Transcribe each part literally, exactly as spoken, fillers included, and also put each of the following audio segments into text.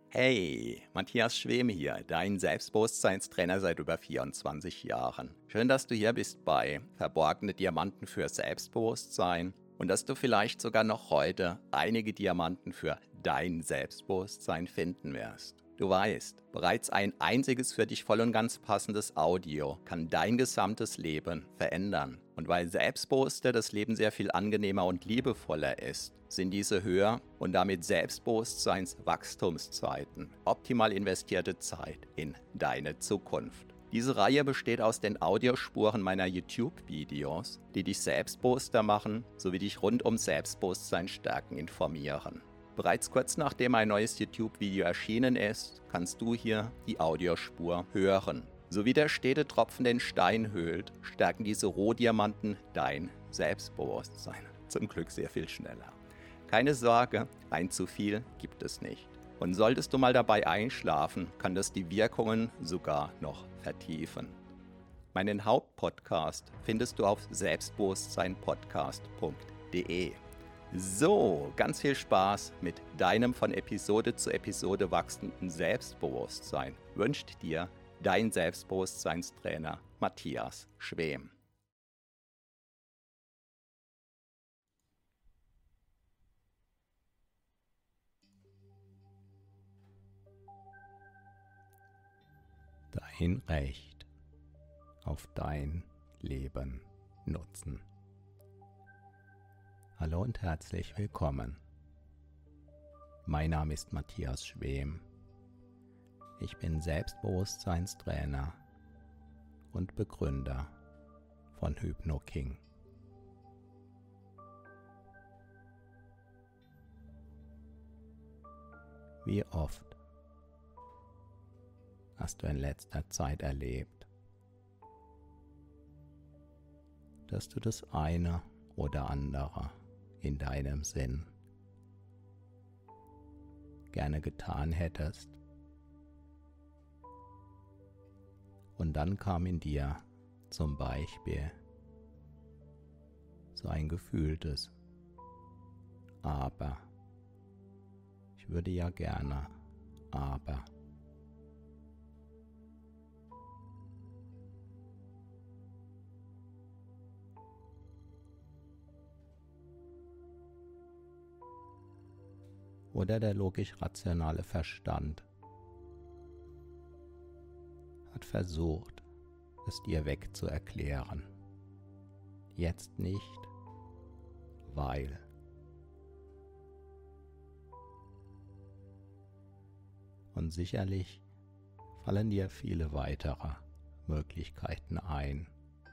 Hey, Matthias Schwem hier, dein Selbstbewusstseinstrainer seit über vierundzwanzig Jahren. Schön, dass du hier bist bei Verborgene Diamanten für Selbstbewusstsein und dass du vielleicht sogar noch heute einige Diamanten für dein Selbstbewusstsein finden wirst. Du weißt, bereits ein einziges für dich voll und ganz passendes Audio kann dein gesamtes Leben verändern. Und weil Selbstbewusster das Leben sehr viel angenehmer und liebevoller ist, sind diese Höher- und damit Selbstbewusstseinswachstumszeiten optimal investierte Zeit in deine Zukunft. Diese Reihe besteht aus den Audiospuren meiner YouTube-Videos, die dich selbstbewusster machen, sowie dich rund um Selbstbewusstsein stärken informieren. Bereits kurz nachdem ein neues YouTube-Video erschienen ist, kannst du hier die Audiospur hören. So wie der stete Tropfen den Stein höhlt, stärken diese Rohdiamanten dein Selbstbewusstsein. Zum Glück sehr viel schneller. Keine Sorge, ein zu viel gibt es nicht. Und solltest du mal dabei einschlafen, kann das die Wirkungen sogar noch vertiefen. Meinen Hauptpodcast findest du auf selbstbewusstsein podcast punkt de. So, ganz viel Spaß mit deinem von Episode zu Episode wachsenden Selbstbewusstsein wünscht dir dein Selbstbewusstseinstrainer Matthias Schwem. Dein Recht auf dein Leben nutzen. Hallo und herzlich willkommen. Mein Name ist Matthias Schwem. Ich bin Selbstbewusstseinstrainer und Begründer von HypnoKing. Wie oft hast du in letzter Zeit erlebt, dass du das eine oder andere in deinem Sinn gerne getan hättest, und dann kam in dir zum Beispiel so ein gefühltes Aber. Ich würde ja gerne, aber. Oder der logisch-rationale Verstand hat versucht, es dir wegzuerklären. Jetzt nicht, weil. Und sicherlich fallen dir viele weitere Möglichkeiten ein,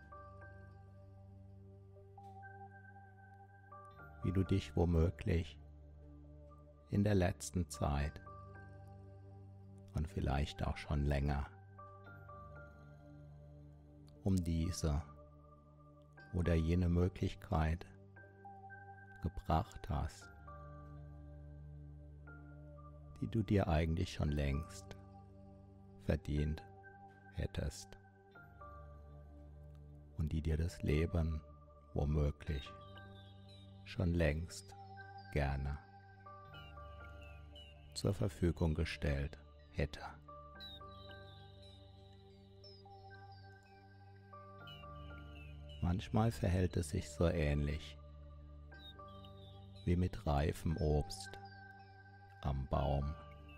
wie du dich womöglich in der letzten Zeit und vielleicht auch schon länger um diese oder jene Möglichkeit gebracht hast, die du dir eigentlich schon längst verdient hättest und die dir das Leben womöglich schon längst gerne zur Verfügung gestellt hätte. Manchmal verhält es sich so ähnlich wie mit reifem Obst am Baum.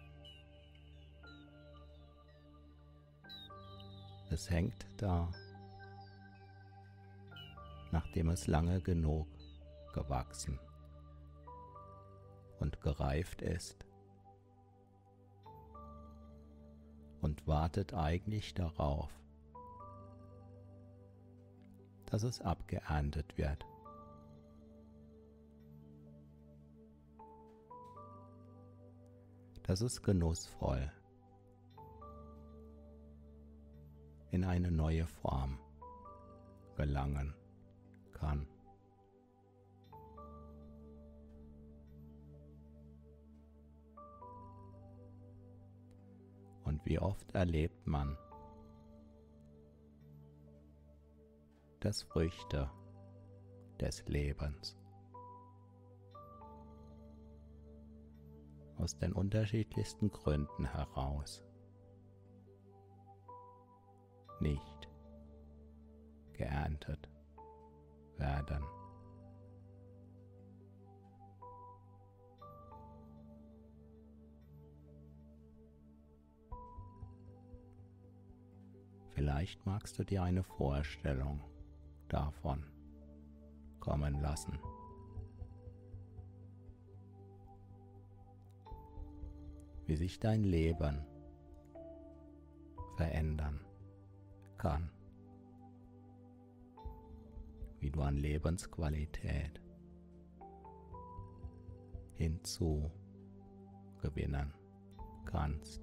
Es hängt da, nachdem es lange genug gewachsen und gereift ist, und wartet eigentlich darauf, dass es abgeerntet wird. Dass es genussvoll in eine neue Form gelangen kann. Und wie oft erlebt man, dass Früchte des Lebens aus den unterschiedlichsten Gründen heraus nicht geerntet werden. Vielleicht magst du dir eine Vorstellung davon kommen lassen. Wie sich dein Leben verändern kann, wie du an Lebensqualität hinzugewinnen kannst.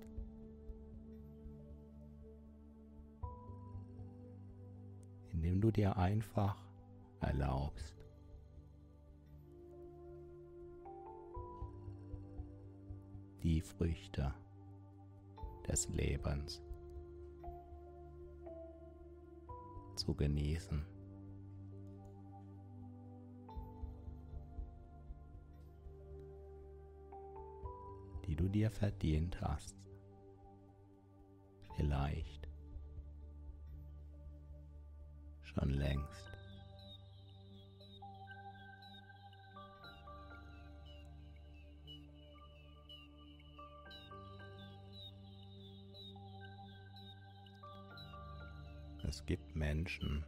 Indem du dir einfach erlaubst, die Früchte des Lebens zu genießen. Die du dir verdient hast. Vielleicht schon längst. Es gibt Menschen,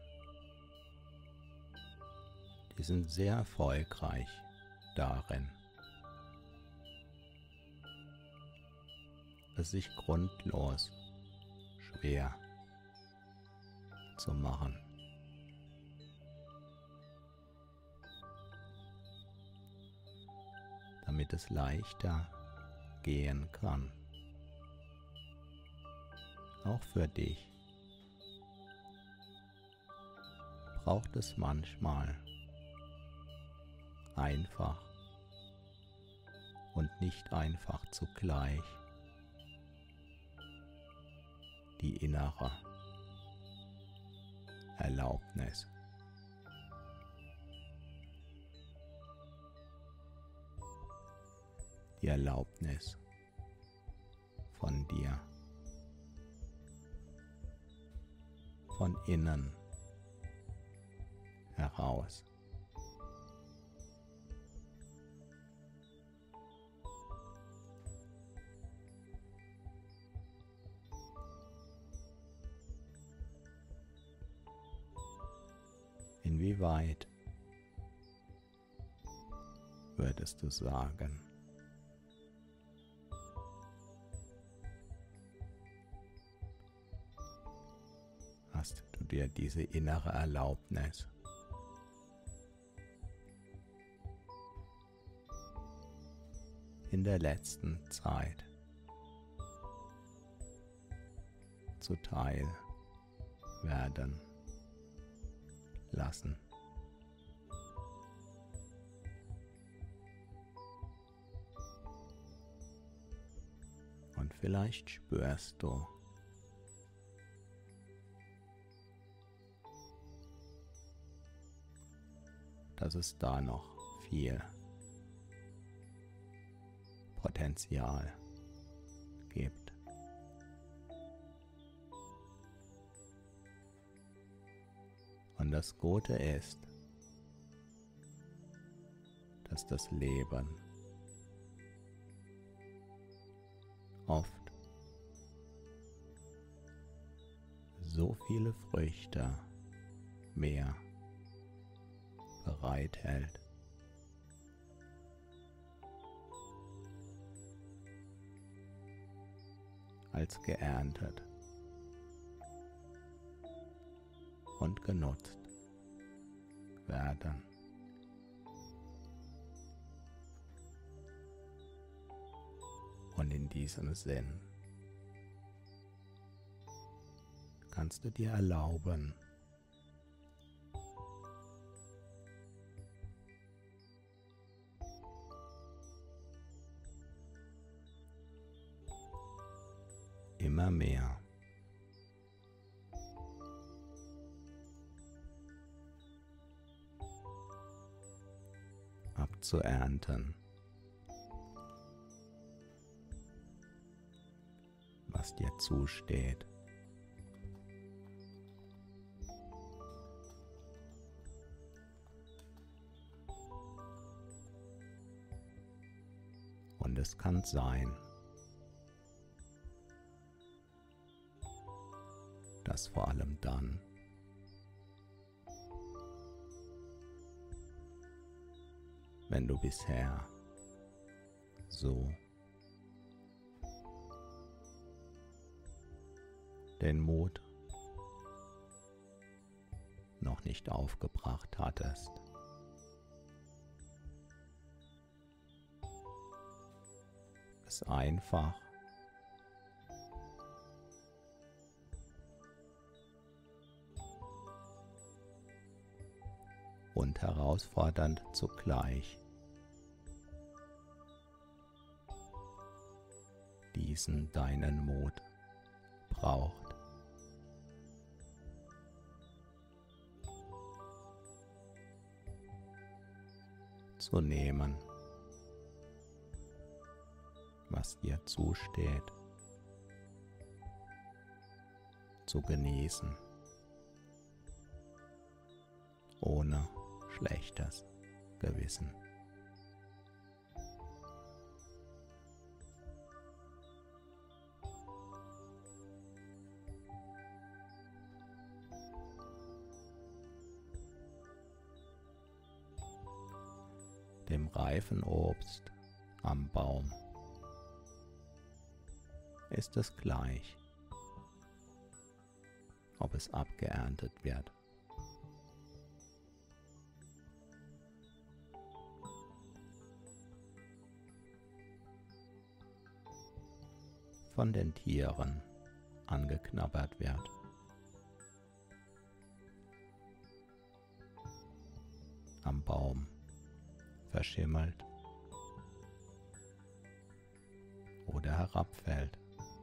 die sind sehr erfolgreich darin, es sich grundlos schwer zu machen. Damit es leichter gehen kann. Auch für dich braucht es manchmal einfach und nicht einfach zugleich die innere Erlaubnis. Die Erlaubnis von dir, von innen heraus. Inwieweit würdest du sagen, hast du dir diese innere Erlaubnis in der letzten Zeit zuteil werden lassen? Und vielleicht spürst du, dass es da noch viel Potenzial gibt. Und das Gute ist, dass das Leben oft so viele Früchte mehr bereithält, als geerntet und genutzt werden. Und in diesem Sinn kannst du dir erlauben, immer mehr abzuernten, was dir zusteht. Und es kann sein, dass vor allem dann, wenn du bisher so den Mut noch nicht aufgebracht hattest, es einfach und herausfordernd zugleich diesen deinen Mut braucht. Zu nehmen, was dir zusteht, zu genießen, ohne schlechtes Gewissen. Dem reifen Obst am Baum ist es gleich, ob es abgeerntet wird. Von den Tieren angeknabbert wird. Am Baum verschimmelt oder herabfällt.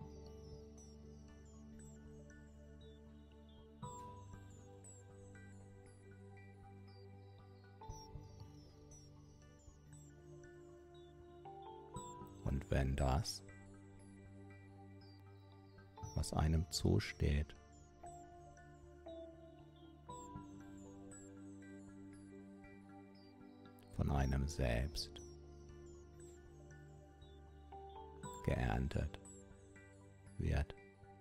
Und wenn das, was einem zusteht, von einem selbst geerntet wird,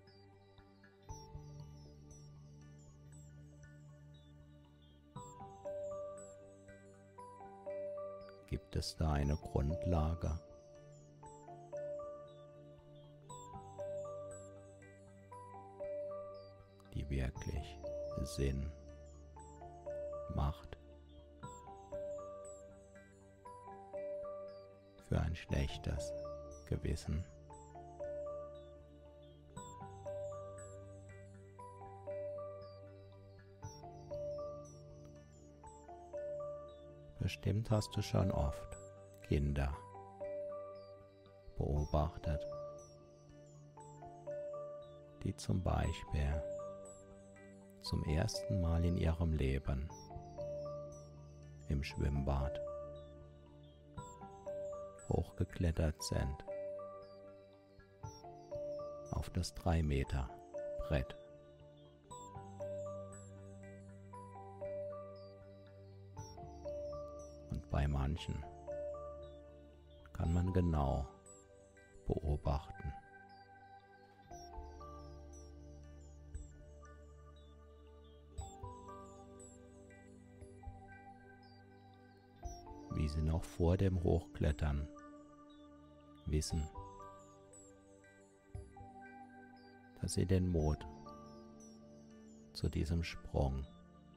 gibt es da eine Grundlage, die wirklich Sinn macht für ein schlechtes Gewissen. Bestimmt hast du schon oft Kinder beobachtet, die zum Beispiel zum ersten Mal in ihrem Leben im Schwimmbad hochgeklettert sind auf das drei Meter Brett. Und bei manchen kann man genau beobachten, wie sie noch vor dem Hochklettern wissen, dass sie den Mut zu diesem Sprung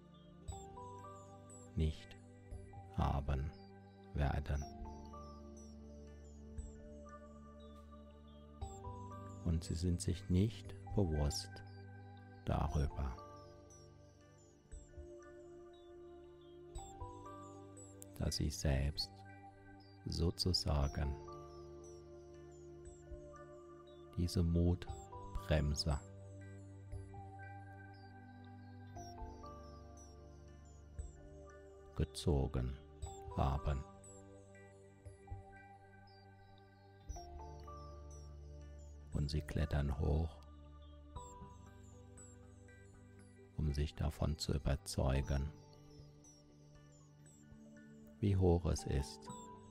nicht haben werden. Und sie sind sich nicht bewusst darüber, dass sie selbst sozusagen diese Mutbremse gezogen haben. Und sie klettern hoch, um sich davon zu überzeugen, wie hoch es ist.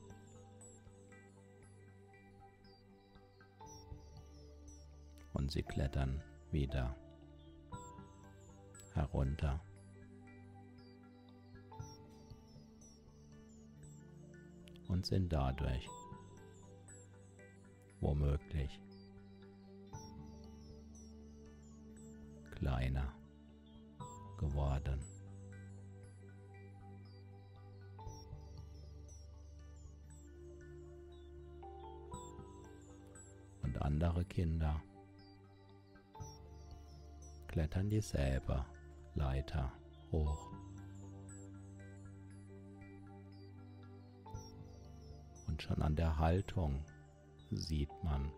Und sie klettern wieder herunter. Und sind dadurch womöglich kleiner geworden. Und andere Kinder klettern dieselbe Leiter hoch. Und schon an der Haltung sieht man,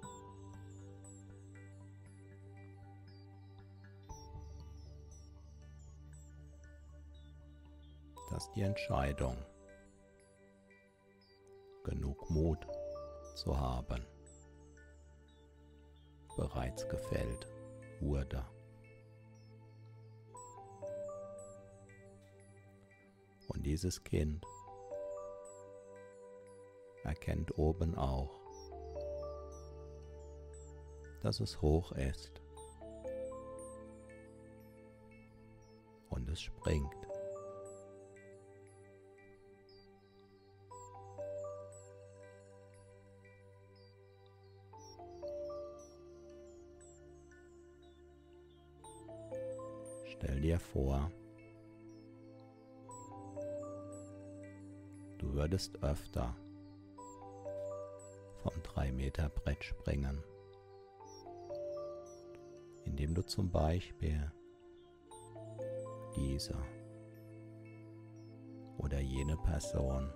dass die Entscheidung, genug Mut zu haben, bereits gefällt wurde. Und dieses Kind erkennt oben auch, dass es hoch ist, und es springt. Stell dir vor, du würdest öfter vom drei Meter Brett springen, indem du zum Beispiel diese oder jene Person,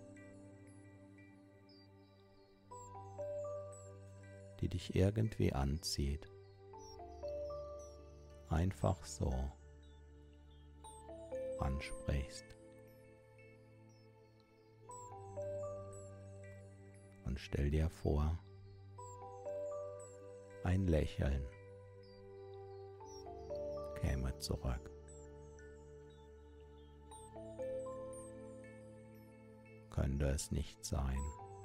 die dich irgendwie anzieht, einfach so ansprichst und stell dir vor, ein Lächeln käme zurück. Könnte es nicht sein,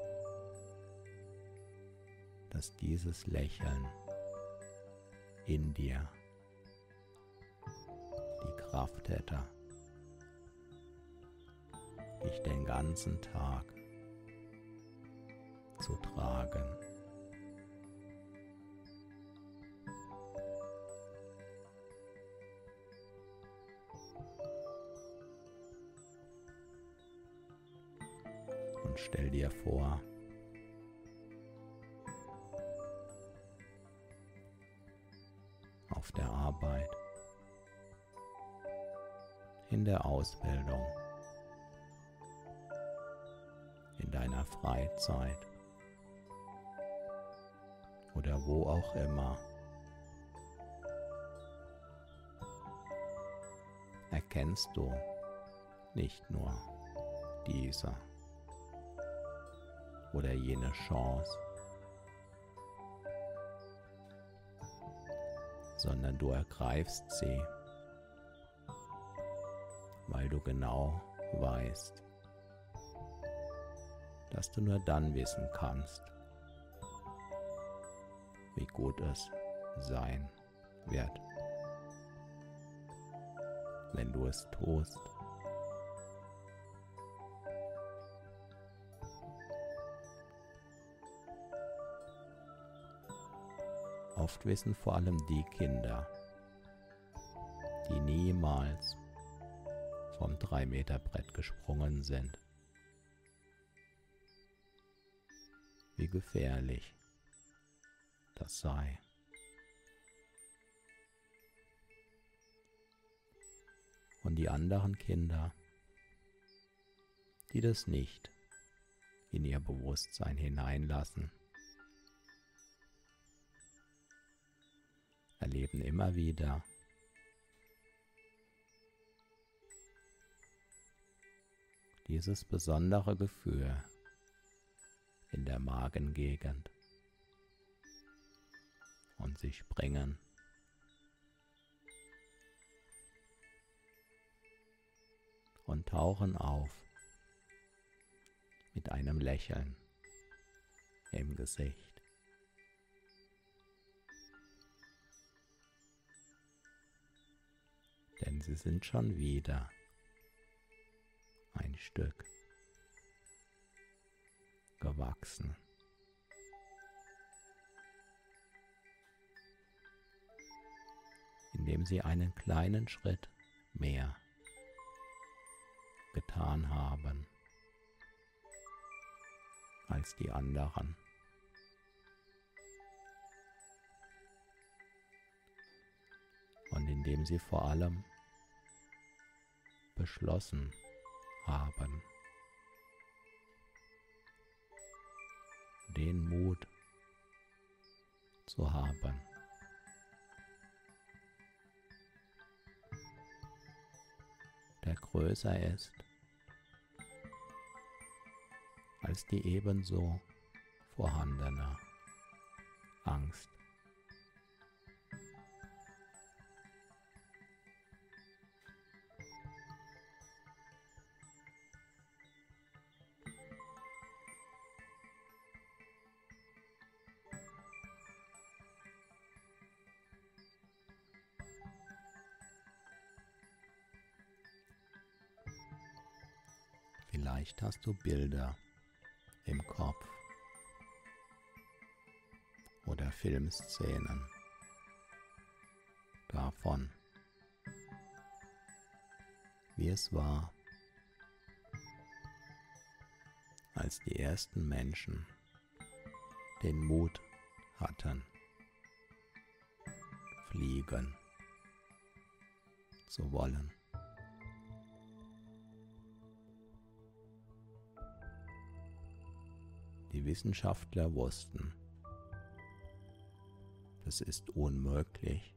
dass dieses Lächeln in dir die Kraft hätte, dich den ganzen Tag zu tragen. Und stell dir vor, auf der Arbeit, in der Ausbildung, in deiner Freizeit oder wo auch immer, erkennst du nicht nur diese oder jene Chance, sondern du ergreifst sie, weil du genau weißt, dass du nur dann wissen kannst, wie gut es sein wird, wenn du es tust. Oft wissen vor allem die Kinder, die niemals vom drei Meter Brett gesprungen sind, wie gefährlich das sei. Und die anderen Kinder, die das nicht in ihr Bewusstsein hineinlassen, erleben immer wieder dieses besondere Gefühl in der Magengegend, sie springen und tauchen auf mit einem Lächeln im Gesicht. Denn sie sind schon wieder ein Stück gewachsen. Indem sie einen kleinen Schritt mehr getan haben als die anderen. Und indem sie vor allem beschlossen haben, den Mut zu haben, der größer ist als die ebenso vorhandene Angst. Vielleicht hast du Bilder im Kopf oder Filmszenen davon, wie es war, als die ersten Menschen den Mut hatten, fliegen zu wollen. Die Wissenschaftler wussten, das ist unmöglich,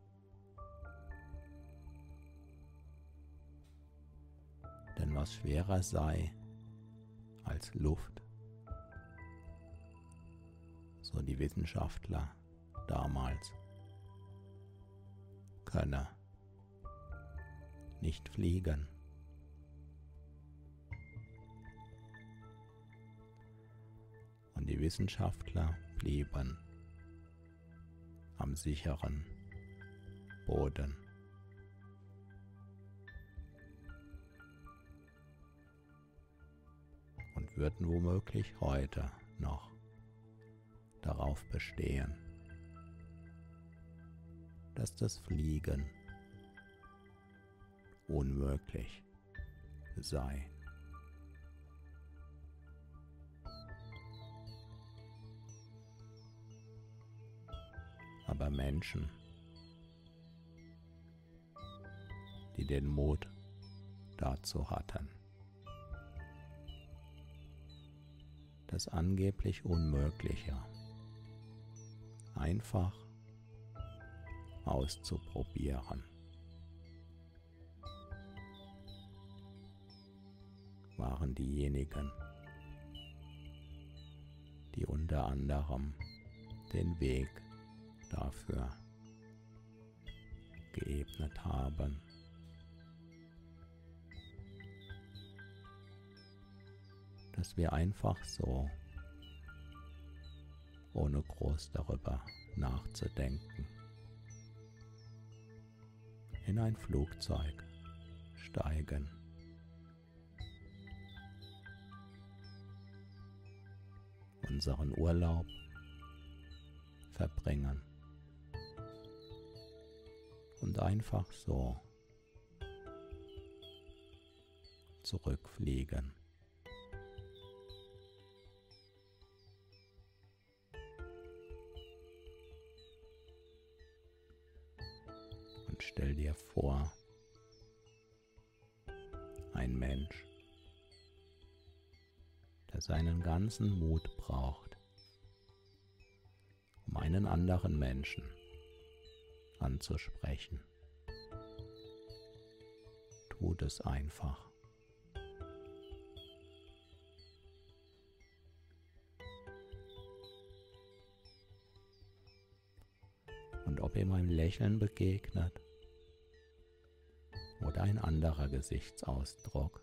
denn was schwerer sei als Luft, so die Wissenschaftler damals, könne nicht fliegen. Und die Wissenschaftler blieben am sicheren Boden. Und würden womöglich heute noch darauf bestehen, dass das Fliegen unmöglich sei. Aber Menschen, die den Mut dazu hatten, das angeblich Unmögliche einfach auszuprobieren, waren diejenigen, die unter anderem den Weg dafür geebnet haben, dass wir einfach so, ohne groß darüber nachzudenken, in ein Flugzeug steigen, unseren Urlaub verbringen und einfach so zurückfliegen. Und stell dir vor, ein Mensch, der seinen ganzen Mut braucht, um einen anderen Menschen anzusprechen. Tut es einfach. Und ob ihm ein Lächeln begegnet oder ein anderer Gesichtsausdruck,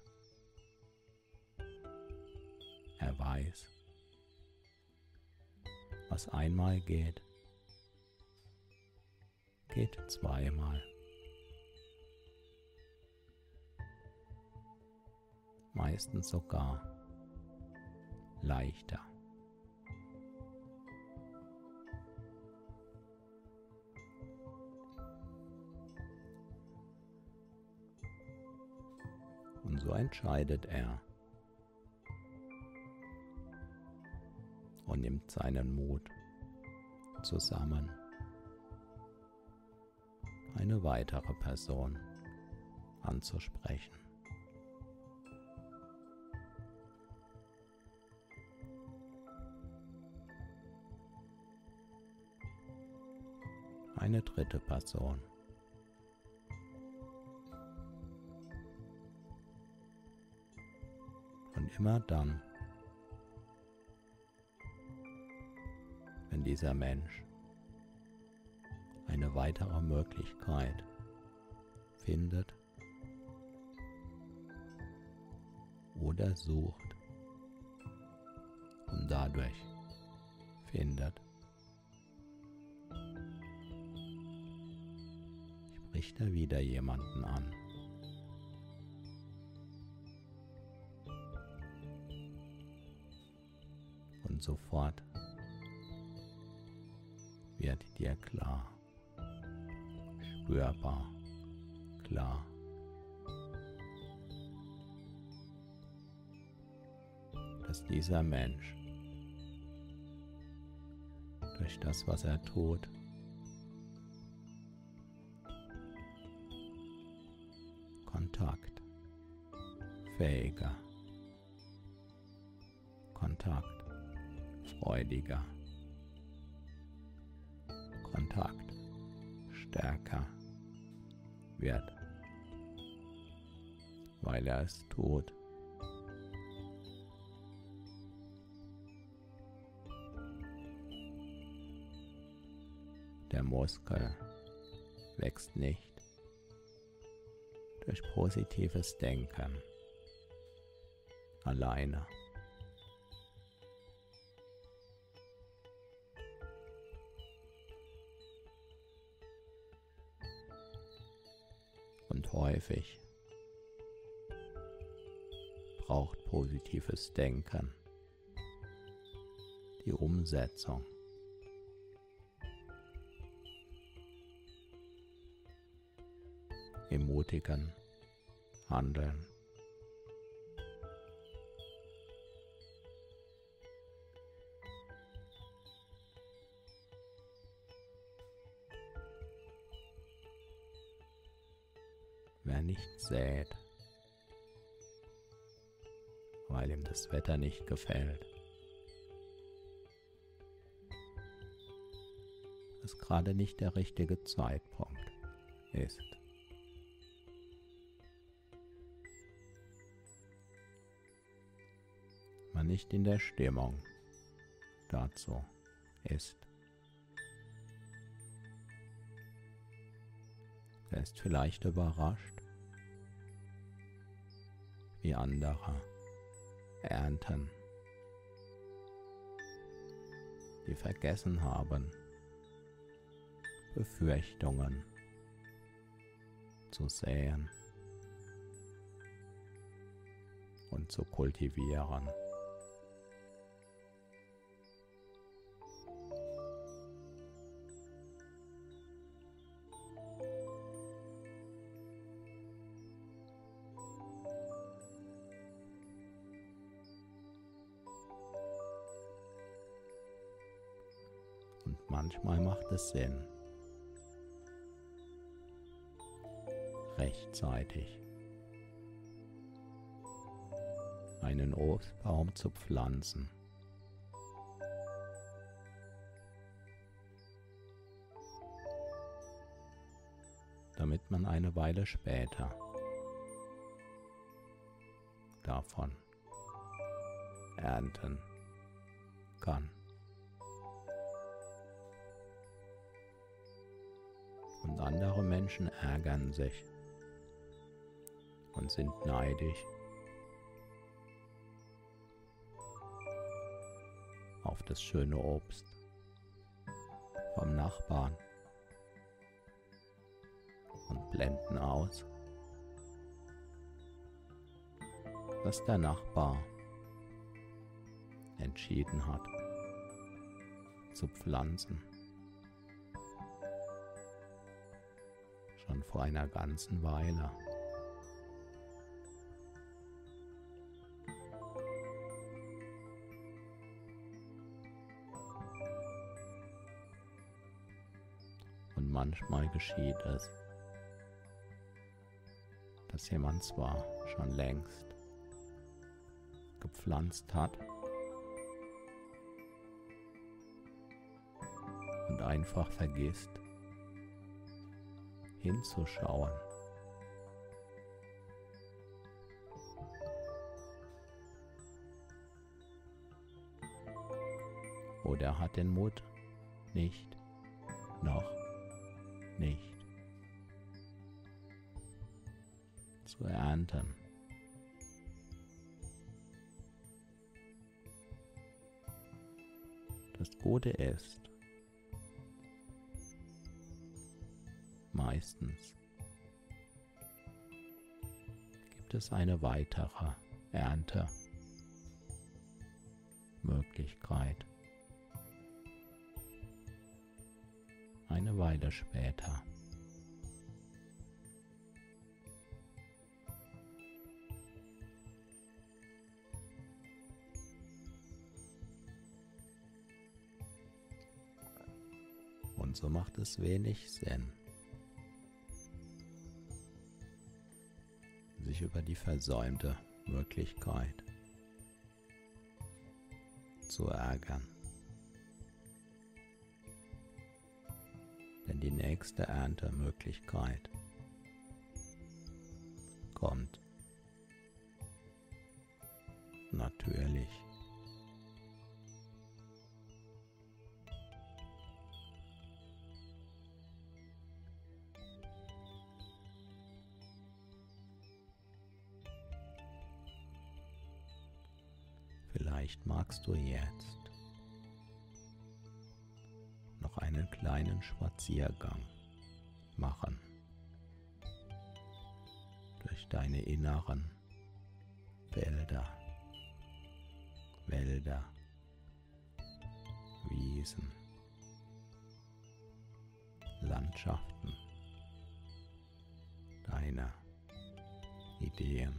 er weiß, was einmal geht, geht zweimal. Meistens sogar leichter. Und so entscheidet er und nimmt seinen Mut zusammen, eine weitere Person anzusprechen. Eine dritte Person. Und immer dann, wenn dieser Mensch eine weitere Möglichkeit findet oder sucht und dadurch findet, spricht er wieder jemanden an. Und sofort wird dir klar, spürbar klar, dass dieser Mensch durch das, was er tut, Kontakt, fähiger, Kontakt, freudiger, Kontakt, stärker wird, weil er es tut. Der Muskel wächst nicht durch positives Denken alleine. Und häufig braucht positives Denken die Umsetzung. Im mutigen Handeln. Wer nicht sät, weil ihm das Wetter nicht gefällt, es gerade nicht der richtige Zeitpunkt ist. Man nicht in der Stimmung dazu ist. Er ist vielleicht überrascht, wie andere ernten, die vergessen haben, Befürchtungen zu säen und zu kultivieren. Und manchmal macht es Sinn, rechtzeitig einen Obstbaum zu pflanzen, damit man eine Weile später davon ernten kann. Und andere Menschen ärgern sich und sind neidisch auf das schöne Obst vom Nachbarn und blenden aus, dass der Nachbar entschieden hat zu pflanzen, schon vor einer ganzen Weile. Und manchmal geschieht es, dass jemand zwar schon längst gepflanzt hat und einfach vergisst, hinzuschauen. Oder hat den Mut nicht, noch nicht zu ernten. Das Gute ist, meistens gibt es eine weitere Erntemöglichkeit. Eine Weile später. Und so macht es wenig Sinn, sich über die versäumte Möglichkeit zu ärgern. Denn die nächste Erntemöglichkeit kommt natürlich. Vielleicht magst du jetzt noch einen kleinen Spaziergang machen durch deine inneren Felder, Wälder, Wiesen, Landschaften, deiner Ideen,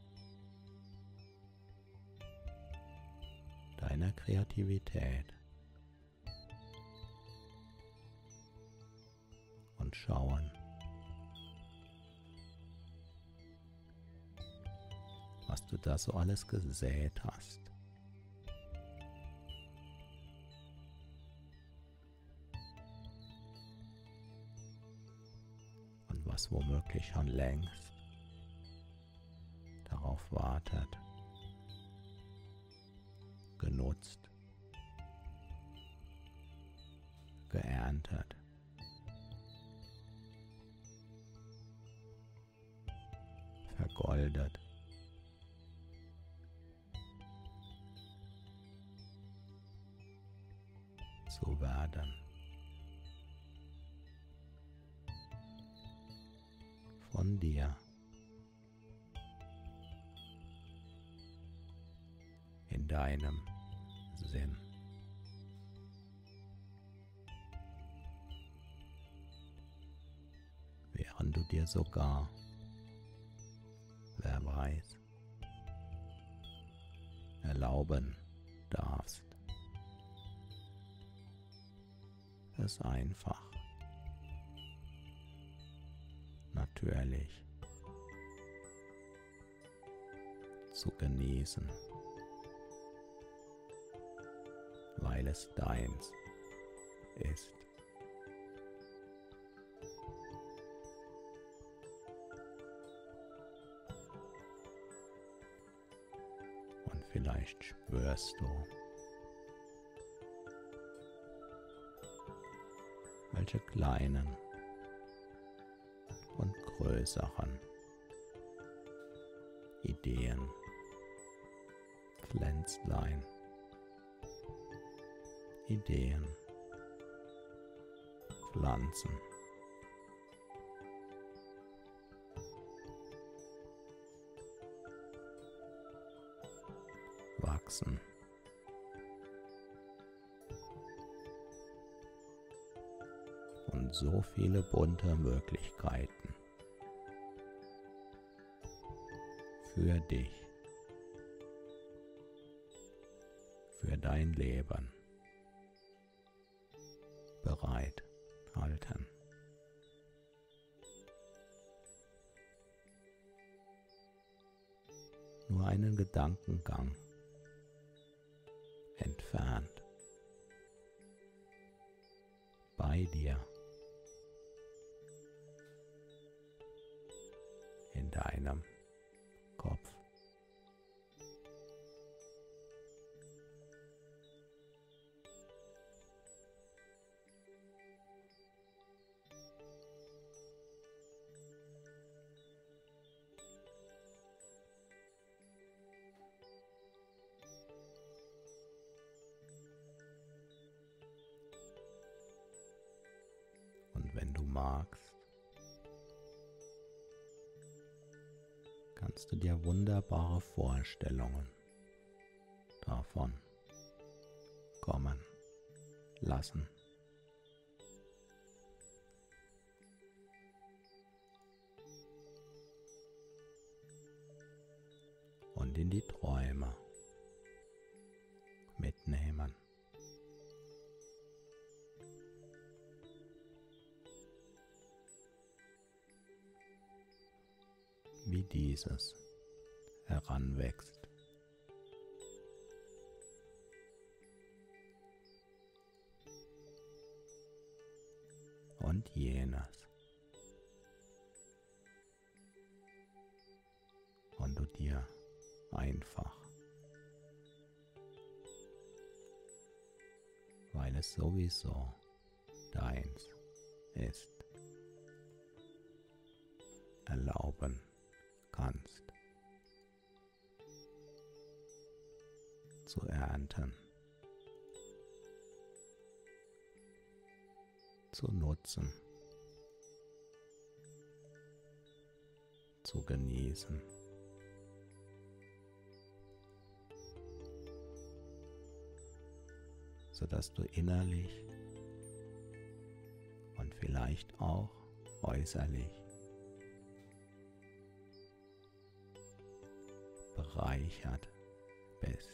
deiner Kreativität und schauen, was du da so alles gesät hast. Und was womöglich schon längst darauf wartet, genutzt, geerntet, vergoldet, zu werden. Von dir. In deinem Sinn. Während du dir sogar, wer weiß, erlauben darfst, es einfach, natürlich zu genießen, weil es deins ist. Und vielleicht spürst du, welche kleinen und größeren Ideen, Pflänzlein, Ideen, Pflanzen, wachsen. Und so viele bunte Möglichkeiten für dich, für dein Leben bereit halten. Nur einen Gedankengang entfernt, bei dir, in deinem Kopf. Und wenn du magst, kannst du dir wunderbare Vorstellungen davon kommen lassen. Und in die Träume mitnehmen. Wie dieses heranwächst. Und jenes. Und du dir einfach, weil es sowieso deins ist, erlauben kannst, zu ernten, zu nutzen, zu genießen. Sodass du innerlich und vielleicht auch äußerlich bereichert bist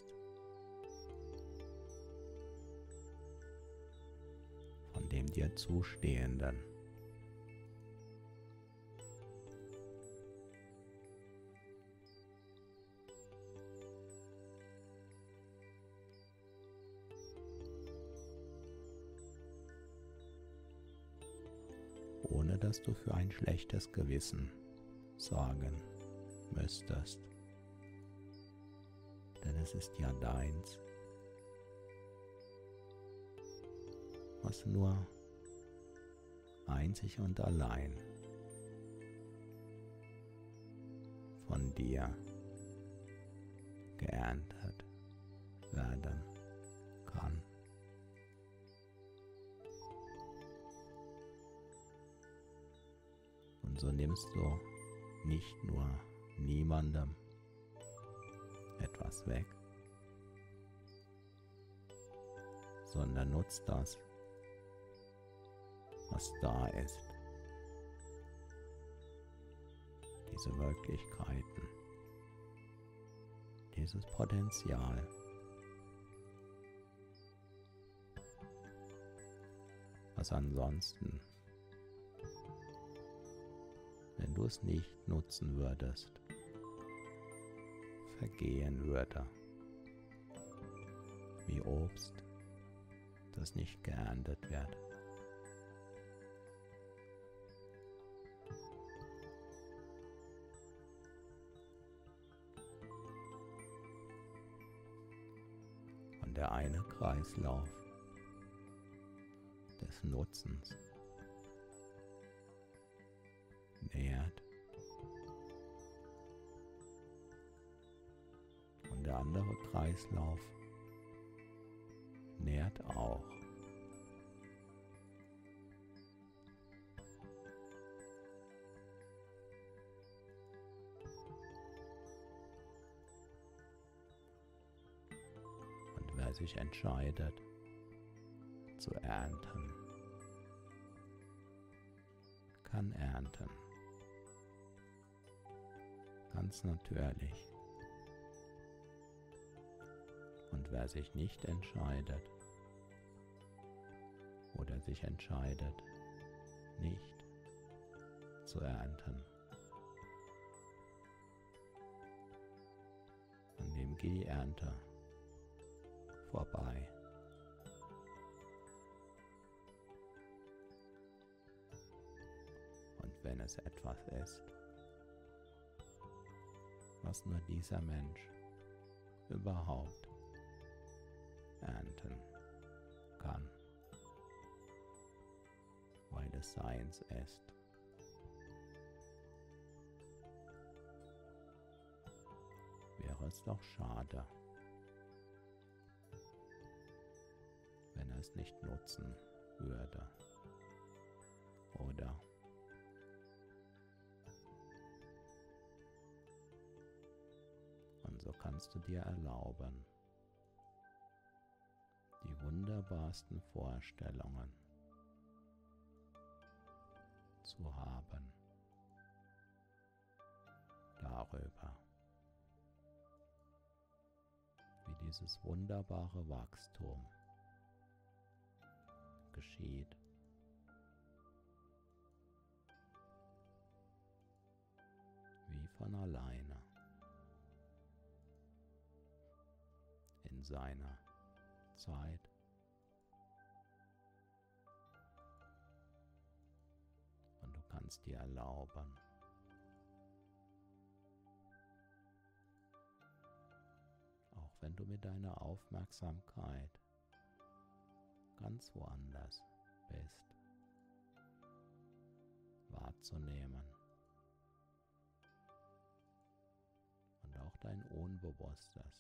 von dem dir Zustehenden. Ohne dass du für ein schlechtes Gewissen sorgen müsstest. Denn es ist ja deins, was nur einzig und allein von dir geerntet werden kann. Und so nimmst du nicht nur niemandem etwas weg, sondern nutzt das, was da ist, diese Möglichkeiten, dieses Potenzial, was ansonsten, wenn du es nicht nutzen würdest, vergehen würde, wie Obst, das nicht geerntet wird. Und der eine Kreislauf des Nutzens nährt und der andere Kreislauf nährt auch. Und wer sich entscheidet zu ernten, kann ernten. Ganz natürlich. Und wer sich nicht entscheidet oder sich entscheidet, nicht zu ernten, an dem geht die Ernte vorbei. Und wenn es etwas ist, was nur dieser Mensch überhaupt ernten kann, weil es seins ist, wäre es doch schade, wenn er es nicht nutzen würde, oder? Und so kannst du dir erlauben, die wunderbarsten Vorstellungen zu haben darüber, wie dieses wunderbare Wachstum geschieht. Wie von alleine in seiner Zeit und du kannst dir erlauben, auch wenn du mit deiner Aufmerksamkeit ganz woanders bist, wahrzunehmen und auch dein Unbewusstes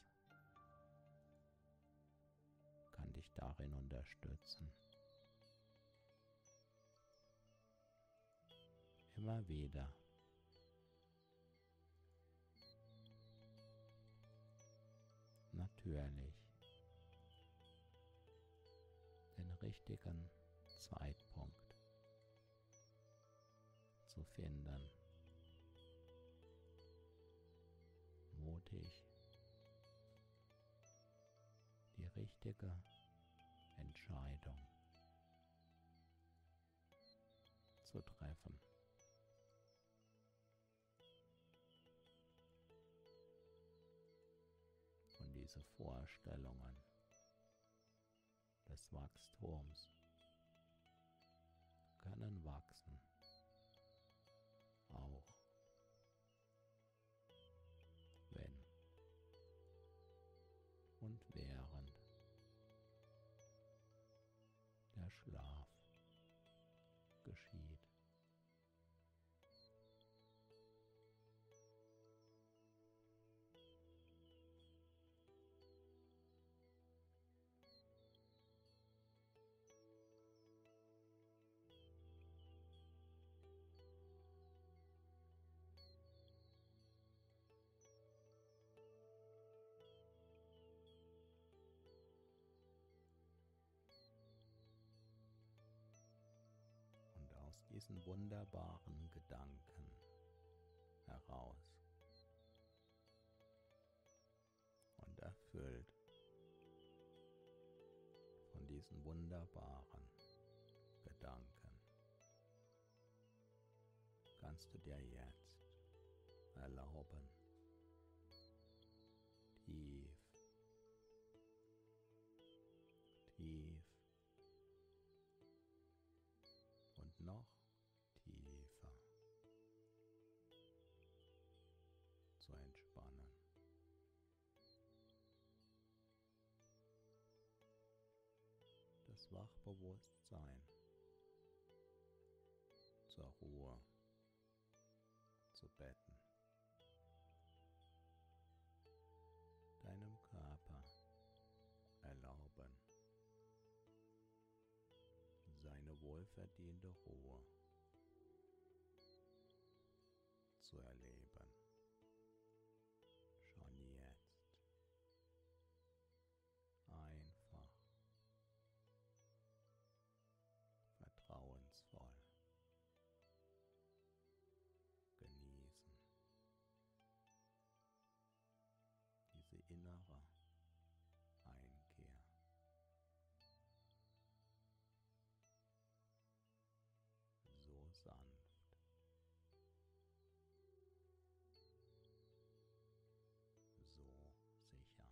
kann dich darin unterstützen, immer wieder natürlich den richtigen Zeitpunkt zu finden, mutig die richtige Entscheidung zu treffen. Und diese Vorstellungen des Wachstums können wachsen, auch wenn und während der Schlaf geschieht. Aus diesen wunderbaren Gedanken heraus und erfüllt von diesen wunderbaren Gedanken kannst du dir jetzt erlauben, tief, tief und noch tiefer zu entspannen. Das Wachbewusstsein zur Ruhe einzubetten. Deinem Körper erlauben, seine wohlverdiente Ruhe zu erleben. Schon jetzt. Einfach vertrauensvoll genießen. Diese innere Einkehr. So sanft. So sicher.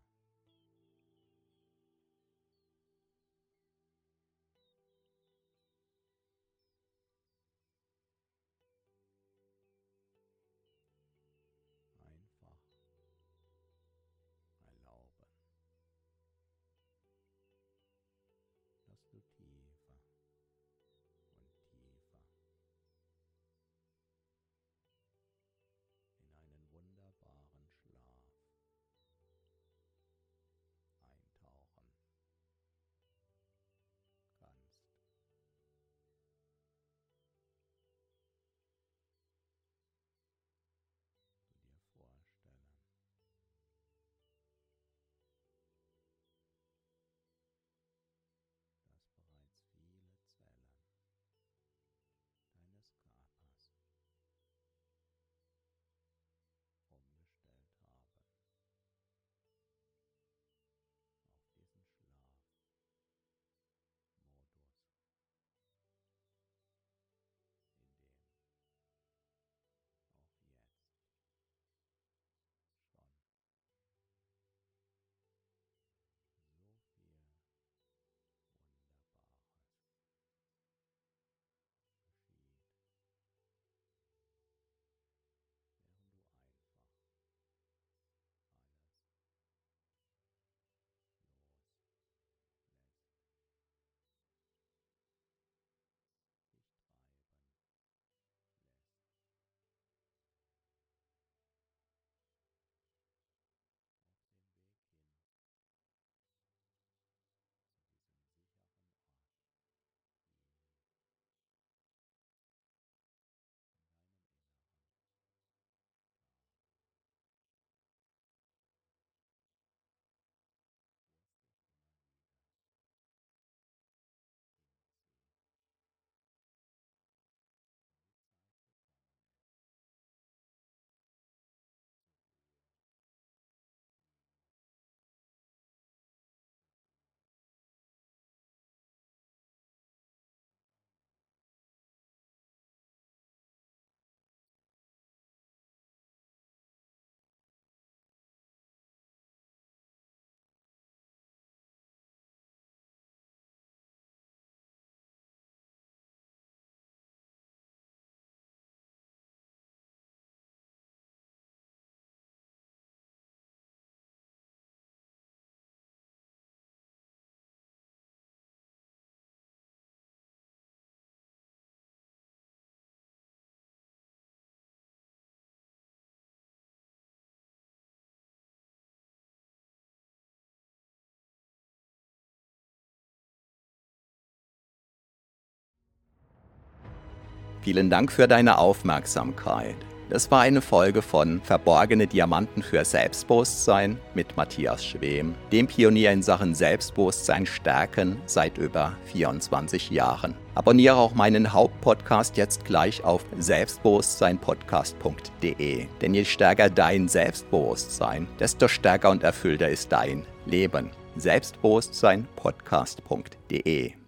Einfach erlauben, dass du tiefer und tiefer in einen wunderbaren Schlaf eintauchen kannst. Du dir vorstellen, dass bereits viele Zellen deines Körpers umgestellt haben auf diesen Schlafmodus, in dem auch jetzt schon so viel Wunderbares geschieht, während du einfach alles loslässt, dich treiben lässt auf dem Weg hin zu diesem sicheren Ort, tief in deinem inneren Schlaf. Spürst du immer wieder hinzu, wenn die Zeit gekommen ist, zur Ruhe finden, zur Ruhe und einander abzugeben. Vielen Dank für deine Aufmerksamkeit. Das war eine Folge von Verborgene Diamanten für Selbstbewusstsein mit Matthias Schwem, dem Pionier in Sachen Selbstbewusstsein stärken seit über vierundzwanzig Jahren. Abonniere auch meinen Hauptpodcast jetzt gleich auf selbstbewusstsein podcast punkt de, denn je stärker dein Selbstbewusstsein, desto stärker und erfüllter ist dein Leben. selbstbewusstsein podcast punkt de